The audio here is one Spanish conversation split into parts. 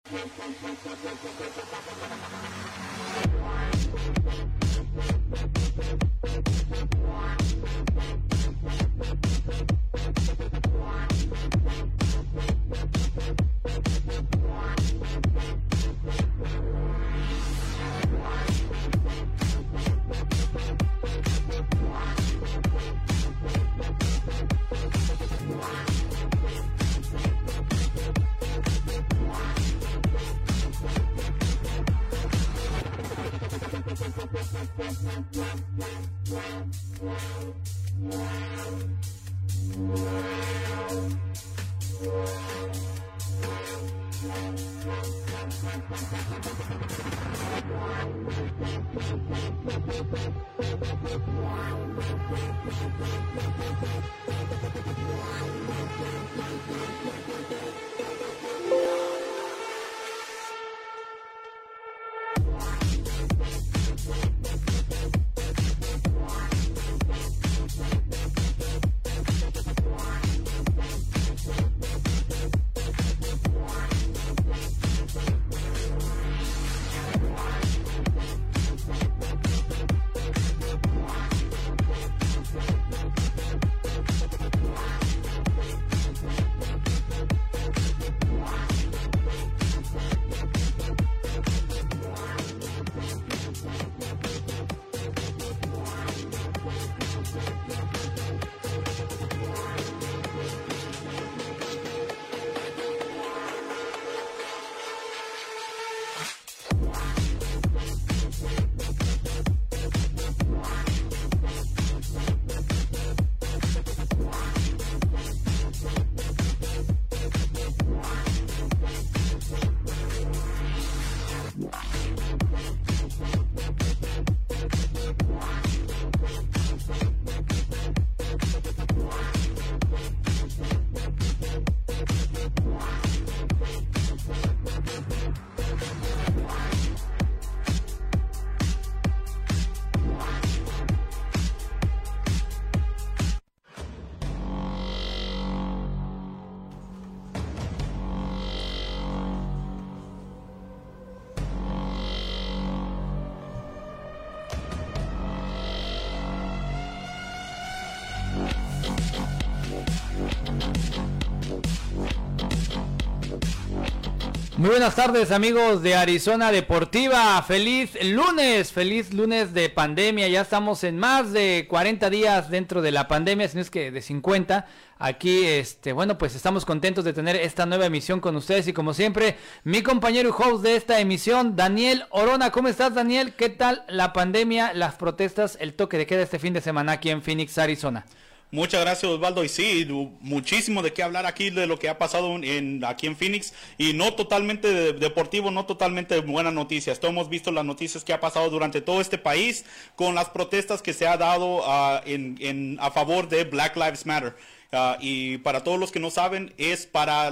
Muy buenas tardes, amigos de Arizona Deportiva. Feliz lunes de pandemia. Ya estamos en más de 40 días dentro de la pandemia, si no es que de 50. Aquí, bueno, pues estamos contentos de tener esta nueva emisión con ustedes y como siempre, mi compañero y host de esta emisión, Daniel Orona. ¿Cómo estás, Daniel? ¿Qué tal la pandemia, las protestas, el toque de queda este fin de semana aquí en Phoenix, Arizona? Muchas gracias, Osvaldo, y sí, muchísimo de qué hablar aquí de lo que ha pasado aquí en Phoenix, y no totalmente deportivo, no totalmente buenas noticias. Todos hemos visto las noticias que ha pasado durante todo este país con las protestas que se ha dado a favor de Black Lives Matter. Y para todos los que no saben, es para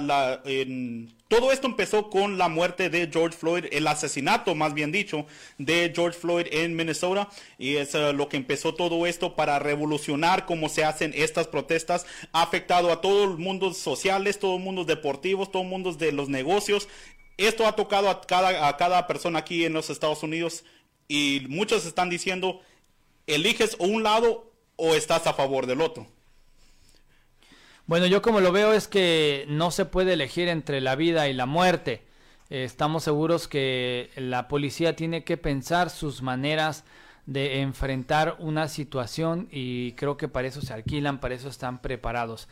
todo esto empezó con la muerte de George Floyd, el asesinato, más bien dicho, de George Floyd en Minnesota, y es lo que empezó todo esto para revolucionar cómo se hacen estas protestas. Ha afectado a todo el mundo sociales, todo el mundo deportivos, todo el mundo de los negocios. Esto ha tocado a cada persona aquí en los Estados Unidos, y muchos están diciendo, eliges o un lado o estás a favor del otro. Bueno, yo como lo veo es que no se puede elegir entre la vida y la muerte. Estamos seguros que la policía tiene que pensar sus maneras de enfrentar una situación y creo que para eso se alquilan, para eso están preparados.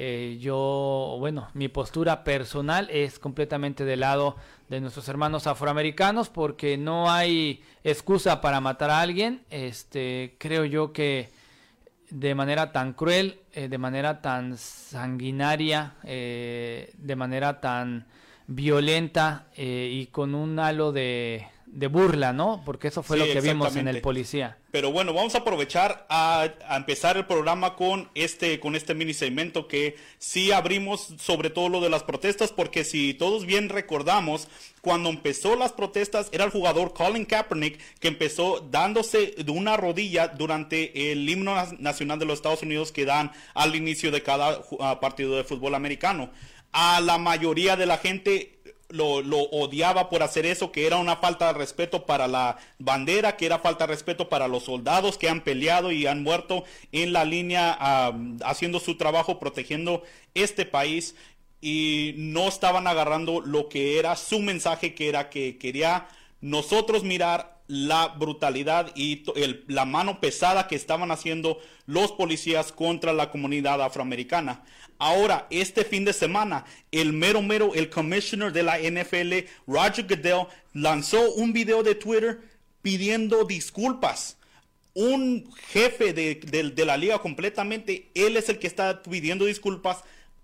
Mi postura personal es completamente del lado de nuestros hermanos afroamericanos porque no hay excusa para matar a alguien. Creo yo que de manera tan cruel, de manera tan sanguinaria, de manera tan violenta y con un halo de burla, ¿no? Porque eso fue lo que vimos en el policía. Pero bueno, vamos a aprovechar a empezar el programa con este mini segmento que sí abrimos sobre todo lo de las protestas, porque si todos bien recordamos, cuando empezó las protestas era el jugador Colin Kaepernick que empezó dándose de una rodilla durante el himno nacional de los Estados Unidos que dan al inicio de cada partido de fútbol americano. A la mayoría de la gente lo odiaba por hacer eso, que era una falta de respeto para la bandera, que era falta de respeto para los soldados que han peleado y han muerto en la línea haciendo su trabajo, protegiendo este país, y no estaban agarrando lo que era su mensaje, que era que quería nosotros mirar la brutalidad y la mano pesada que estaban haciendo los policías contra la comunidad afroamericana. Ahora, este fin de semana, el commissioner de la NFL, Roger Goodell, lanzó un video de Twitter pidiendo disculpas. Un jefe de la liga completamente, él es el que está pidiendo disculpas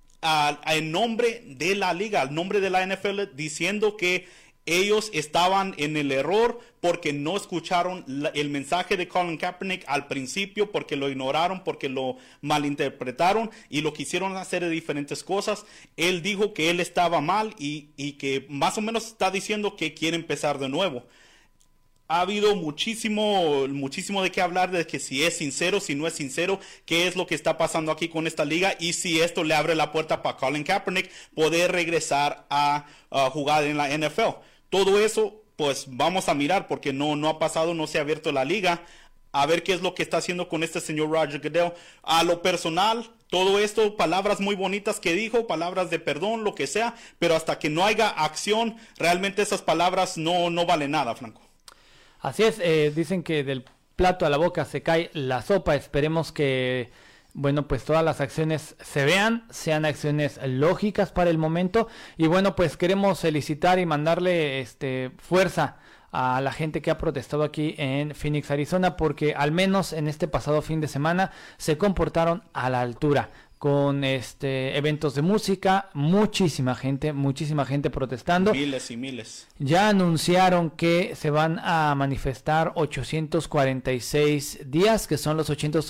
en nombre de la liga, al nombre de la NFL, diciendo que ellos estaban en el error porque no escucharon el mensaje de Colin Kaepernick al principio, porque lo ignoraron, porque lo malinterpretaron y lo quisieron hacer de diferentes cosas. Él dijo que él estaba mal y que más o menos está diciendo que quiere empezar de nuevo. Ha habido muchísimo de qué hablar, de que si es sincero, si no es sincero, qué es lo que está pasando aquí con esta liga y si esto le abre la puerta para Colin Kaepernick poder regresar a jugar en la NFL. Todo eso, pues vamos a mirar, porque no ha pasado, no se ha abierto la liga. A ver qué es lo que está haciendo con este señor Roger Goodell. A lo personal, todo esto, palabras muy bonitas que dijo, palabras de perdón, lo que sea, pero hasta que no haya acción, realmente esas palabras no valen nada, Franco. Así es, dicen que del plato a la boca se cae la sopa. Esperemos que, bueno, pues todas las acciones se vean, sean acciones lógicas para el momento. Y bueno, pues queremos felicitar y mandarle fuerza a la gente que ha protestado aquí en Phoenix, Arizona, porque al menos en este pasado fin de semana se comportaron a la altura, con eventos de música, muchísima gente protestando. Miles y miles. Ya anunciaron que se van a manifestar 846 días, que son los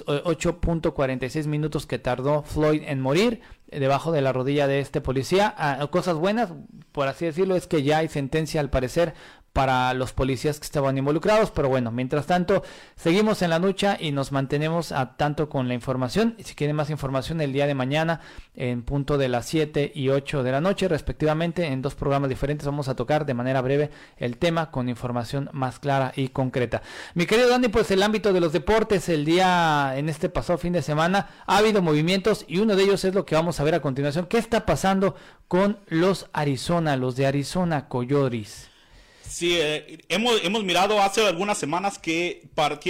8.46 minutos que tardó Floyd en morir debajo de la rodilla de este policía. Cosas buenas, por así decirlo, es que ya hay sentencia al parecer para los policías que estaban involucrados, pero bueno, mientras tanto seguimos en la lucha y nos mantenemos a tanto con la información. Y si quieren más información, el día de mañana en punto de las 7 y 8 de la noche respectivamente, en 2 programas diferentes, vamos a tocar de manera breve el tema con información más clara y concreta. Mi querido Dani, pues el ámbito de los deportes, en este pasado fin de semana ha habido movimientos y uno de ellos es lo que vamos a ver a continuación. ¿Qué está pasando con los de Arizona Coyotes? Sí, hemos mirado hace algunas semanas que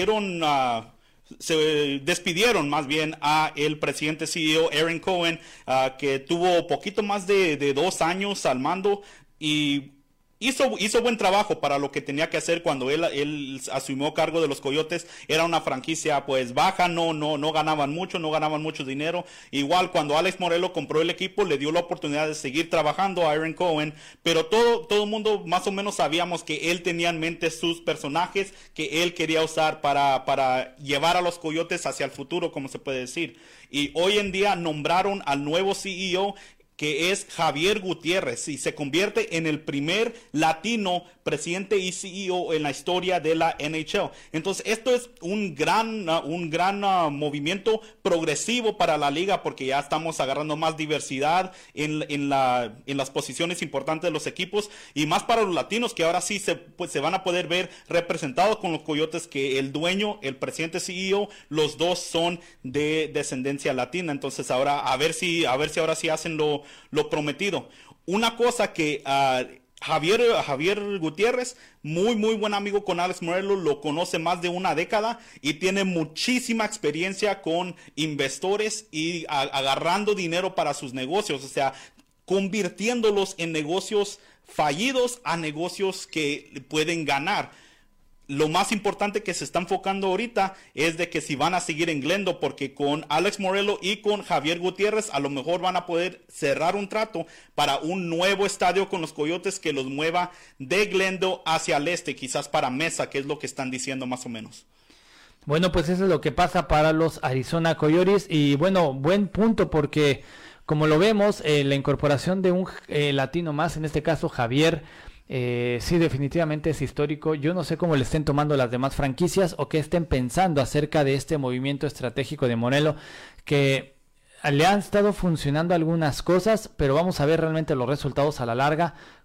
se despidieron más bien a el presidente CEO Aaron Cohen, que tuvo poquito más de 2 años al mando y hizo buen trabajo para lo que tenía que hacer cuando él asumió cargo de los Coyotes. Era una franquicia pues baja, no ganaban mucho dinero. Igual cuando Alex Morello compró el equipo, le dio la oportunidad de seguir trabajando a Aaron Cohen, pero todo el mundo más o menos sabíamos que él tenía en mente sus personajes que él quería usar para llevar a los Coyotes hacia el futuro, como se puede decir. Y hoy en día nombraron al nuevo CEO, que es Javier Gutiérrez, y se convierte en el primer latino presidente y CEO en la historia de la NHL. Entonces esto es un gran movimiento progresivo para la liga, porque ya estamos agarrando más diversidad en las posiciones importantes de los equipos, y más para los latinos, que ahora sí se van a poder ver representados con los Coyotes, que el dueño, el presidente CEO, los dos son de descendencia latina. Entonces ahora a ver si ahora sí hacen lo prometido. Una cosa que Javier Gutiérrez, muy buen amigo con Alex Morello, lo conoce más de una década y tiene muchísima experiencia con inversores y agarrando dinero para sus negocios, o sea, convirtiéndolos en negocios fallidos a negocios que pueden ganar. Lo más importante que se está enfocando ahorita es de que si van a seguir en Glendale, porque con Alex Morello y con Javier Gutiérrez a lo mejor van a poder cerrar un trato para un nuevo estadio con los Coyotes que los mueva de Glendale hacia el este, quizás para Mesa, que es lo que están diciendo más o menos. Bueno, pues eso es lo que pasa para los Arizona Coyotes, y bueno, buen punto, porque como lo vemos, la incorporación de un latino más, en este caso Javier, sí, definitivamente es histórico. Yo no sé cómo le estén tomando las demás franquicias o qué estén pensando acerca de este movimiento estratégico de Morello, que le han estado funcionando algunas cosas, pero vamos a ver realmente los resultados a la larga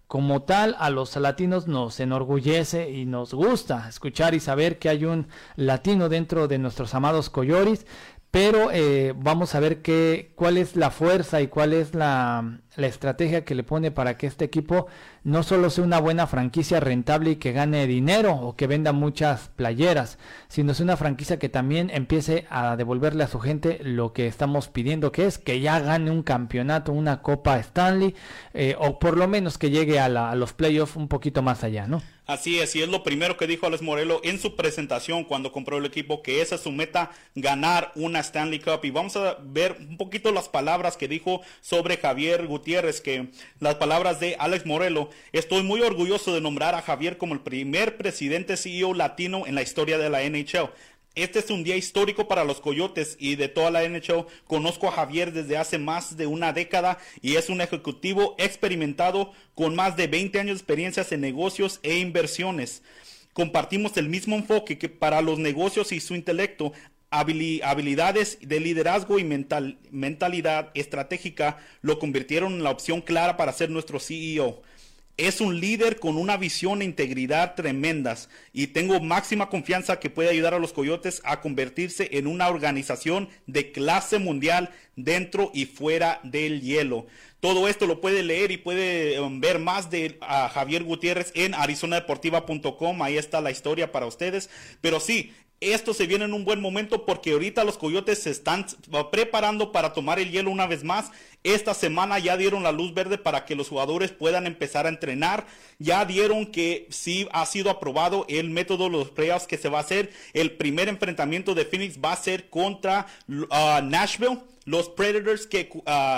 como tal, a los latinos nos enorgullece y nos gusta escuchar y saber que hay un latino dentro de nuestros amados Coyotes, pero vamos a ver cuál es la fuerza y cuál es la estrategia que le pone para que este equipo no solo sea una buena franquicia rentable y que gane dinero o que venda muchas playeras, sino sea una franquicia que también empiece a devolverle a su gente lo que estamos pidiendo, que es que ya gane un campeonato, una Copa Stanley, o por lo menos que llegue a los playoffs un poquito más allá, ¿no? Así es, y es lo primero que dijo Alex Morelos en su presentación cuando compró el equipo, que esa es su meta, ganar una Stanley Cup. Y vamos a ver un poquito las palabras que dijo sobre Javier Gutiérrez, que las palabras de Alex Morelos: estoy muy orgulloso de nombrar a Javier como el primer presidente CEO latino en la historia de la NHL. Este es un día histórico para los Coyotes y de toda la NHL. Conozco a Javier desde hace más de una década y es un ejecutivo experimentado con más de 20 años de experiencias en negocios e inversiones. Compartimos el mismo enfoque que para los negocios y su intelecto, habilidades de liderazgo y mentalidad estratégica lo convirtieron en la opción clara para ser nuestro CEO. Es un líder con una visión e integridad tremendas y tengo máxima confianza que puede ayudar a los Coyotes a convertirse en una organización de clase mundial dentro y fuera del hielo. Todo esto lo puede leer y puede ver más de Javier Gutiérrez en arizonadeportiva.com. Ahí está la historia para ustedes. Pero sí, esto se viene en un buen momento porque ahorita los Coyotes se están preparando para tomar el hielo una vez más. Esta semana ya dieron la luz verde para que los jugadores puedan empezar a entrenar. Ya dieron que sí ha sido aprobado el método de los playoffs que se va a hacer. El primer enfrentamiento de Phoenix va a ser contra Nashville, los Predators, que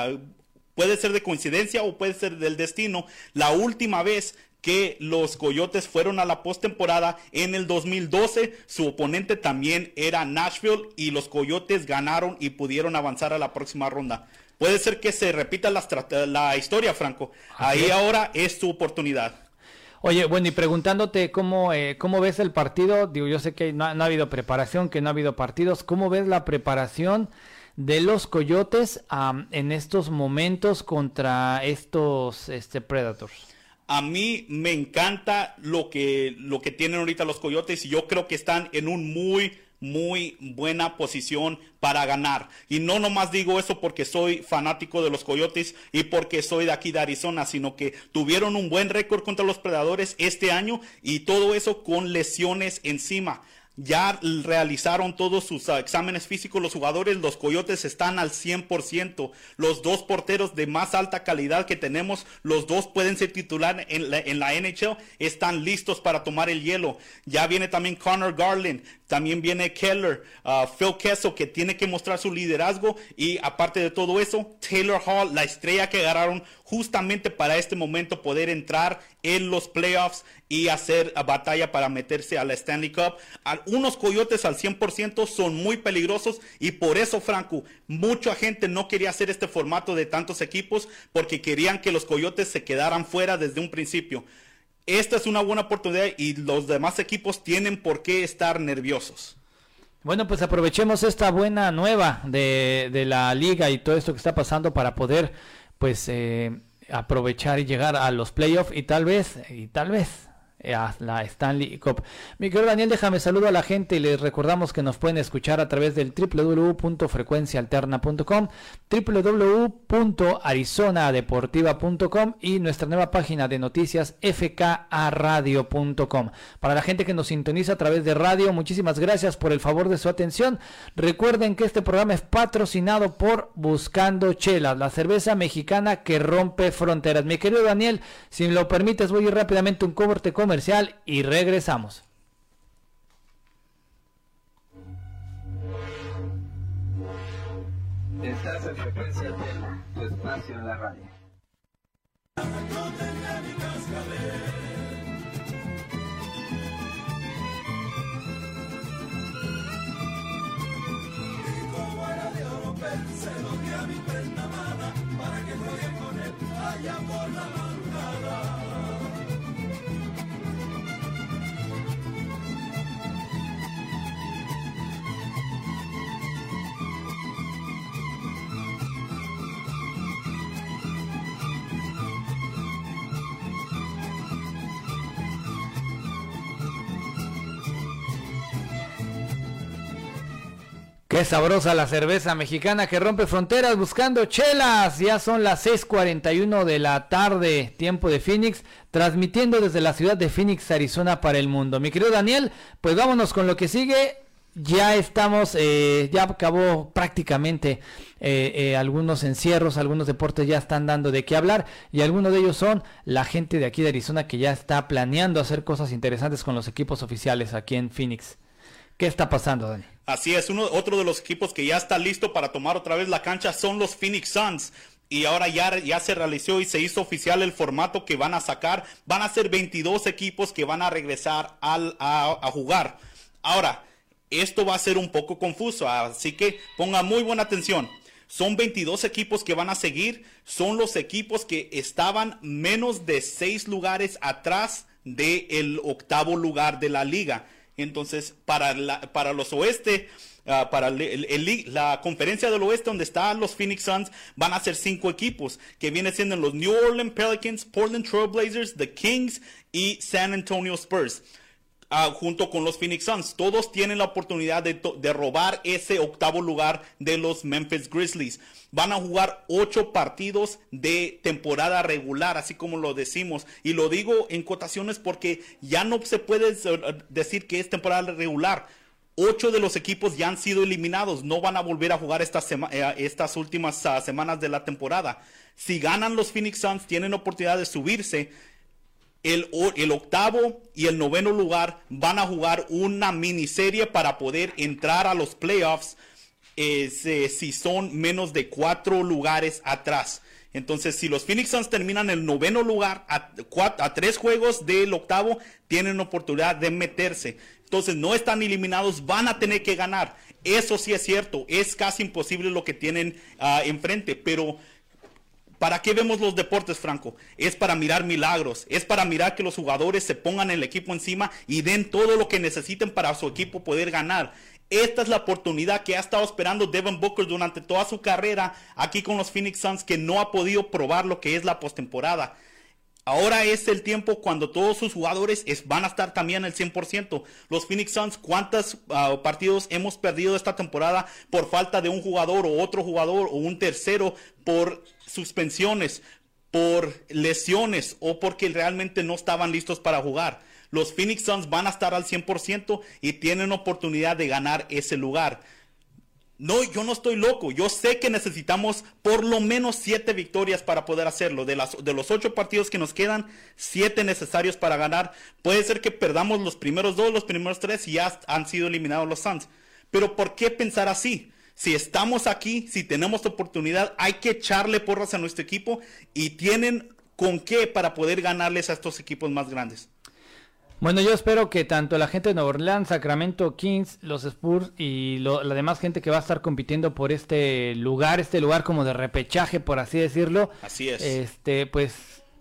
puede ser de coincidencia o puede ser del destino. La última vez que los Coyotes fueron a la postemporada en el 2012, su oponente también era Nashville y los Coyotes ganaron y pudieron avanzar a la próxima ronda. Puede ser que se repita la historia, Franco. Ahí ahora es su oportunidad. Oye, bueno, y preguntándote cómo ves el partido, digo, yo sé que no ha habido preparación, que no ha habido partidos, ¿cómo ves la preparación de los Coyotes en estos momentos contra estos Predators? A mí me encanta lo que tienen ahorita los Coyotes y yo creo que están en un muy buena posición para ganar. Y no nomás digo eso porque soy fanático de los Coyotes y porque soy de aquí de Arizona, sino que tuvieron un buen récord contra los Predadores este año y todo eso con lesiones encima. Ya realizaron todos sus exámenes físicos los jugadores, los Coyotes están al 100%, los dos porteros de más alta calidad que tenemos, los dos pueden ser titular en la NHL, están listos para tomar el hielo. Ya viene también Connor Garland, también viene Keller, Phil Kessel, que tiene que mostrar su liderazgo, y aparte de todo eso, Taylor Hall, la estrella que agarraron justamente para este momento poder entrar en los playoffs y hacer batalla para meterse a la Stanley Cup. Unos Coyotes al 100% son muy peligrosos y por eso, Franco, mucha gente no quería hacer este formato de tantos equipos porque querían que los Coyotes se quedaran fuera desde un principio. Esta es una buena oportunidad y los demás equipos tienen por qué estar nerviosos. Bueno, pues aprovechemos esta buena nueva de la liga y todo esto que está pasando para poder pues aprovechar y llegar a los playoffs y tal vez a la Stanley Cup. Mi querido Daniel, déjame saludo a la gente y les recordamos que nos pueden escuchar a través del www.frecuencialterna.com, www.arizonadeportiva.com y nuestra nueva página de noticias fkaradio.com. Para la gente que nos sintoniza a través de radio, muchísimas gracias por el favor de su atención. Recuerden que este programa es patrocinado por Buscando Chelas, la cerveza mexicana que rompe fronteras. Mi querido Daniel, si me lo permites, voy a ir rápidamente a un corte comercial y regresamos. Estás en Frecuencia Alterna, tu espacio en la radio. Se lo di a mi prenda amada para que juegue con él allá por la madrugada. Qué sabrosa la cerveza mexicana que rompe fronteras buscando chelas. Ya son las 6:41 de la tarde, tiempo de Phoenix, transmitiendo desde la ciudad de Phoenix, Arizona para el mundo. Mi querido Daniel, pues vámonos con lo que sigue. Ya estamos, ya acabó prácticamente algunos encierros, algunos deportes ya están dando de qué hablar y algunos de ellos son la gente de aquí de Arizona que ya está planeando hacer cosas interesantes con los equipos oficiales aquí en Phoenix. ¿Qué está pasando, Dani? Así es, otro de los equipos que ya está listo para tomar otra vez la cancha son los Phoenix Suns. Y ahora ya se realizó y se hizo oficial el formato que van a sacar. Van a ser 22 equipos que van a regresar a jugar. Ahora, esto va a ser un poco confuso, así que ponga muy buena atención. Son 22 equipos que van a seguir. Son los equipos que estaban menos de 6 lugares atrás del octavo lugar de la liga. Entonces, para los oeste, para la conferencia del oeste donde están los Phoenix Suns, van a ser 5 equipos, que vienen siendo los New Orleans Pelicans, Portland Trail Blazers, the Kings y San Antonio Spurs. Junto con los Phoenix Suns, todos tienen la oportunidad de robar ese octavo lugar de los Memphis Grizzlies. Van a jugar 8 partidos de temporada regular, así como lo decimos. Y lo digo en cotaciones porque ya no se puede decir que es temporada regular. 8 de los equipos ya han sido eliminados. No van a volver a jugar estas últimas semanas de la temporada. Si ganan los Phoenix Suns, tienen oportunidad de subirse. El octavo y el noveno lugar van a jugar una miniserie para poder entrar a los playoffs si son menos de 4 lugares atrás. Entonces, si los Phoenix Suns terminan el noveno lugar a 3 juegos del octavo, tienen oportunidad de meterse. Entonces, no están eliminados, van a tener que ganar. Eso sí es cierto, es casi imposible lo que tienen enfrente, pero ¿para qué vemos los deportes, Franco? Es para mirar milagros, es para mirar que los jugadores se pongan el equipo encima y den todo lo que necesiten para su equipo poder ganar. Esta es la oportunidad que ha estado esperando Devin Booker durante toda su carrera aquí con los Phoenix Suns, que no ha podido probar lo que es la postemporada. Ahora es el tiempo cuando todos sus jugadores van a estar también al 100%. Los Phoenix Suns, ¿cuántos partidos hemos perdido esta temporada por falta de un jugador o otro jugador o un tercero por suspensiones, por lesiones o porque realmente no estaban listos para jugar? Los Phoenix Suns van a estar al 100% y tienen oportunidad de ganar ese lugar. No, yo no estoy loco. Yo sé que necesitamos por lo menos 7 victorias para poder hacerlo. De los 8 partidos que nos quedan, 7 necesarios para ganar. Puede ser que perdamos los primeros 2, los primeros 3 y ya han sido eliminados los Suns. Pero ¿por qué pensar así? Si estamos aquí, si tenemos oportunidad, hay que echarle porras a nuestro equipo y tienen con qué para poder ganarles a estos equipos más grandes. Bueno, yo espero que tanto la gente de Nueva Orleans, Sacramento Kings, los Spurs y la demás gente que va a estar compitiendo por este lugar como de repechaje, por así decirlo. Así es. Pues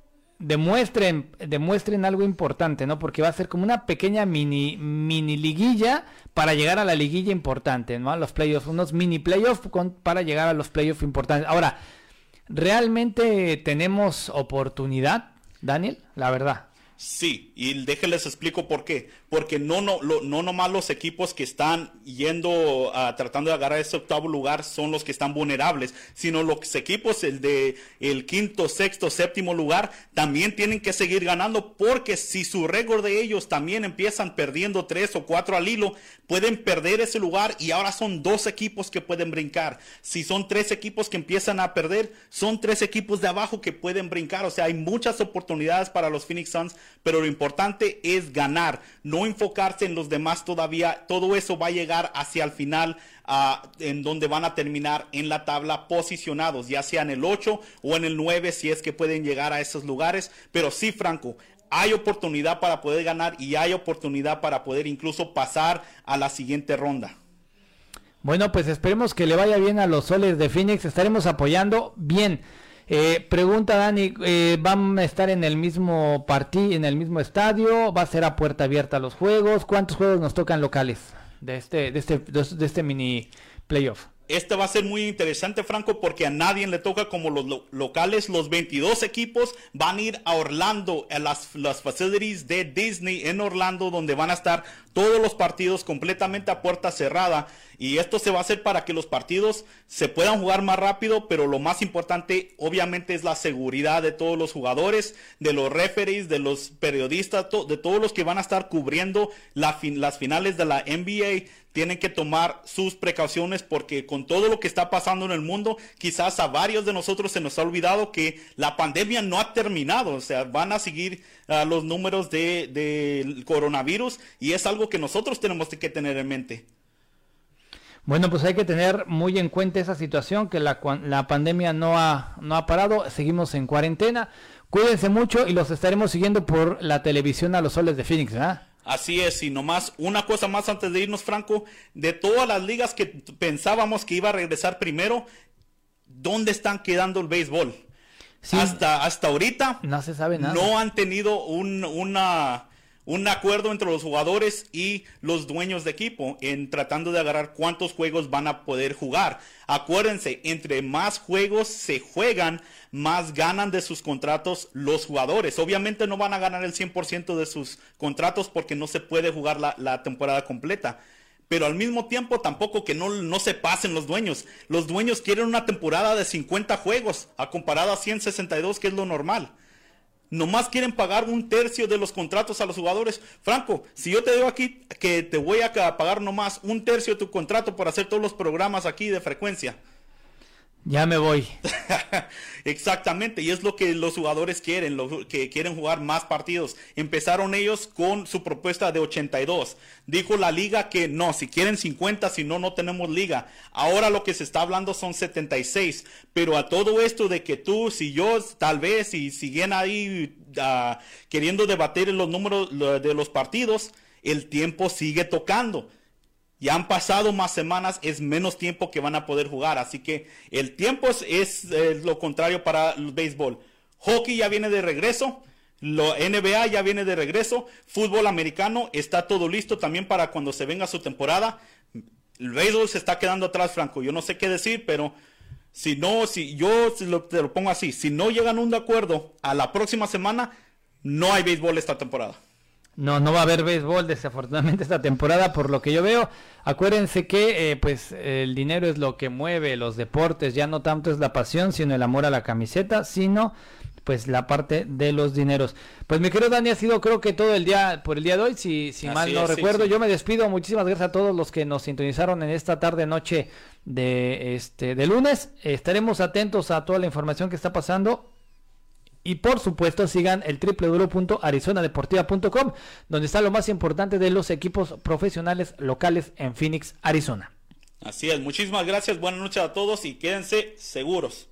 demuestren algo importante, ¿no? Porque va a ser como una pequeña mini liguilla para llegar a la liguilla importante, ¿no? A los playoffs, unos mini playoffs para llegar a los playoffs importantes. Ahora, ¿realmente tenemos oportunidad, Daniel? La verdad. Sí, y déjenles explico por qué. Porque no nomás los equipos que están yendo tratando de agarrar ese octavo lugar son los que están vulnerables, sino los equipos el quinto, sexto, séptimo lugar también tienen que seguir ganando, porque si su récord de ellos también empiezan perdiendo 3 o 4 al hilo, pueden perder ese lugar y ahora son 2 equipos que pueden brincar. Si son 3 equipos que empiezan a perder, son 3 equipos de abajo que pueden brincar. O sea, hay muchas oportunidades para los Phoenix Suns, pero lo importante es ganar, no enfocarse en los demás todavía. Todo eso va a llegar hacia el final, en donde van a terminar en la tabla posicionados, ya sea en el 8 o en el 9, si es que pueden llegar a esos lugares. Pero sí, Franco, hay oportunidad para poder ganar y hay oportunidad para poder incluso pasar a la siguiente ronda. Bueno, pues esperemos que le vaya bien a los Soles de Phoenix, estaremos apoyando bien. Pregunta Dani, ¿van a estar en el mismo en el mismo estadio? ¿Va a ser a puerta abierta los juegos? ¿Cuántos juegos nos tocan locales de este mini playoff? este va a ser muy interesante, Franco, porque a nadie le toca como los locales. Los 22 equipos van a ir a Orlando, a las facilities de Disney en Orlando, donde van a estar todos los partidos completamente a puerta cerrada. Y esto se va a hacer para que los partidos se puedan jugar más rápido, pero lo más importante, obviamente, es la seguridad de todos los jugadores, de los referees, de los periodistas, de todos los que van a estar cubriendo las finales de la NBA. Tienen que tomar sus precauciones porque con todo lo que está pasando en el mundo, quizás a varios de nosotros se nos ha olvidado que la pandemia no ha terminado. O sea, van a seguir los números del coronavirus y es algo que nosotros tenemos que tener en mente. Bueno, pues hay que tener muy en cuenta esa situación, que la pandemia no ha parado, seguimos en cuarentena. Cuídense mucho y los estaremos siguiendo por la televisión a los Soles de Phoenix, ¿verdad? Así es, y nomás una cosa más antes de irnos, Franco, de todas las ligas que pensábamos que iba a regresar primero, ¿dónde están quedando el béisbol? Sí, hasta ahorita no se sabe nada. No han tenido un acuerdo entre los jugadores y los dueños de equipo en tratando de agarrar cuántos juegos van a poder jugar. Acuérdense, entre más juegos se juegan, más ganan de sus contratos los jugadores. Obviamente no van a ganar el 100% de sus contratos porque no se puede jugar la temporada completa. Pero al mismo tiempo tampoco que no se pasen los dueños. Los dueños quieren una temporada de 50 juegos a comparado a 162, que es lo normal. Nomás quieren pagar un tercio de los contratos a los jugadores. Franco, si yo te digo aquí que te voy a pagar nomás un tercio de tu contrato por hacer todos los programas aquí de frecuencia. Ya me voy. Exactamente, y es lo que los jugadores quieren, que quieren jugar más partidos. Empezaron ellos con su propuesta de 82. Dijo la liga que no, si quieren 50, si no, no tenemos liga. Ahora lo que se está hablando son 76. Pero a todo esto de que tú, si yo, tal vez, y siguen ahí queriendo debatir los números de los partidos, el tiempo sigue tocando. Ya han pasado más semanas, es menos tiempo que van a poder jugar. Así que el tiempo es lo contrario para el béisbol. Hockey ya viene de regreso. NBA ya viene de regreso. Fútbol americano está todo listo también para cuando se venga su temporada. El béisbol se está quedando atrás, Franco. Yo no sé qué decir, pero te lo pongo así. Si no llegan a un acuerdo a la próxima semana, no hay béisbol esta temporada. No va a haber béisbol desafortunadamente esta temporada por lo que yo veo. Acuérdense que pues el dinero es lo que mueve los deportes, ya no tanto es la pasión, sino el amor a la camiseta, sino pues la parte de los dineros. Pues mi querido Dani, ha sido creo que todo el día por el día de hoy, si mal no recuerdo. Sí. Yo me despido, muchísimas gracias a todos los que nos sintonizaron en esta tarde noche de lunes. Estaremos atentos a toda la información que está pasando. Y por supuesto sigan el www.arizonadeportiva.com, donde está lo más importante de los equipos profesionales locales en Phoenix, Arizona. Así es, muchísimas gracias, buenas noches a todos y quédense seguros.